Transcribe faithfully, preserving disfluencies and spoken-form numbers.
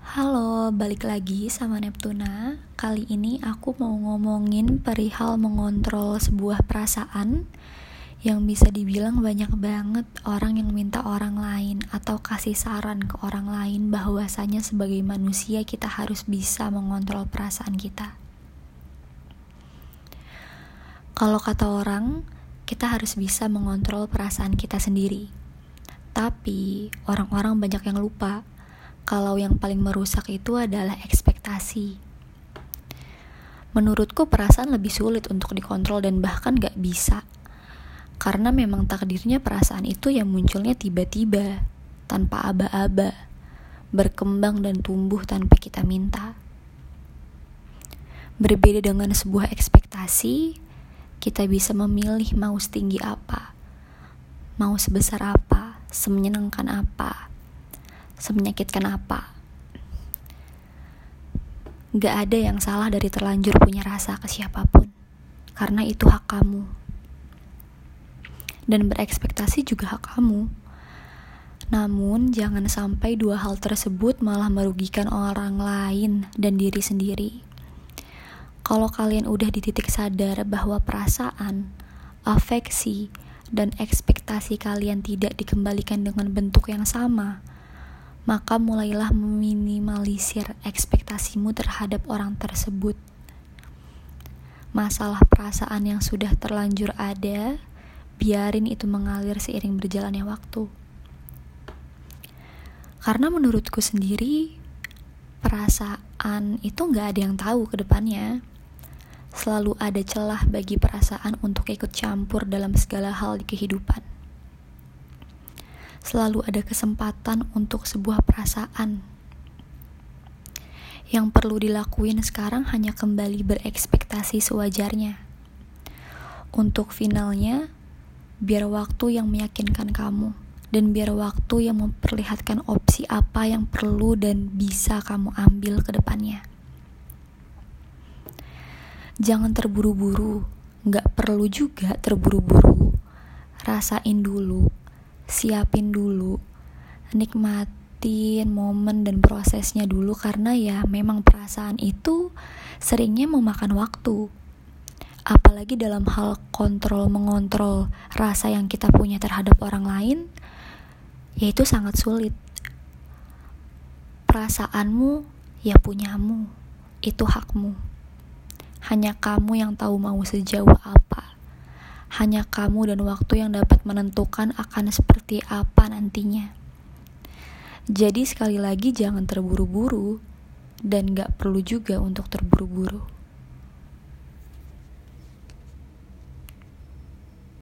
Halo, balik lagi sama Neptuna. Kali ini aku mau ngomongin perihal mengontrol sebuah perasaan yang bisa dibilang banyak banget orang yang minta orang lain atau kasih saran ke orang lain bahwasanya sebagai manusia kita harus bisa mengontrol perasaan kita. Kalau kata orang, kita harus bisa mengontrol perasaan kita sendiri. Tapi orang-orang banyak yang lupa kalau yang paling merusak itu adalah ekspektasi. Menurutku perasaan lebih sulit untuk dikontrol dan bahkan gak bisa. Karena memang takdirnya perasaan itu yang munculnya tiba-tiba, tanpa aba-aba, berkembang dan tumbuh tanpa kita minta. Berbeda dengan sebuah ekspektasi, kita bisa memilih mau setinggi apa, mau sebesar apa, semenyenangkan apa, semenyakitkan apa. Gak ada yang salah dari terlanjur punya rasa ke siapapun, karena itu hak kamu. Dan berekspektasi juga hak kamu. Namun jangan sampai dua hal tersebut malah merugikan orang lain dan diri sendiri. Kalau kalian udah di titik sadar bahwa perasaan, afeksi, dan ekspektasi kalian tidak dikembalikan dengan bentuk yang sama, maka mulailah meminimalisir ekspektasimu terhadap orang tersebut. Masalah perasaan yang sudah terlanjur ada, biarin itu mengalir seiring berjalannya waktu. Karena menurutku sendiri, perasaan itu gak ada yang tahu ke depannya. Selalu ada celah bagi perasaan untuk ikut campur dalam segala hal di kehidupan. Selalu ada kesempatan untuk sebuah perasaan. Yang perlu dilakuin sekarang hanya kembali berekspektasi sewajarnya. Untuk finalnya, biar waktu yang meyakinkan kamu, dan biar waktu yang memperlihatkan opsi apa yang perlu dan bisa kamu ambil ke depannya. Jangan terburu-buru, gak perlu juga terburu-buru. Rasain dulu, siapin dulu, nikmatin momen dan prosesnya dulu, karena ya memang perasaan itu seringnya memakan waktu. Apalagi dalam hal kontrol mengontrol rasa yang kita punya terhadap orang lain, yaitu sangat sulit. Perasaanmu ya punyamu, itu hakmu. Hanya kamu yang tahu mau sejauh apa. Hanya kamu dan waktu yang dapat menentukan akan seperti apa nantinya. Jadi sekali lagi jangan terburu-buru, dan gak perlu juga untuk terburu-buru.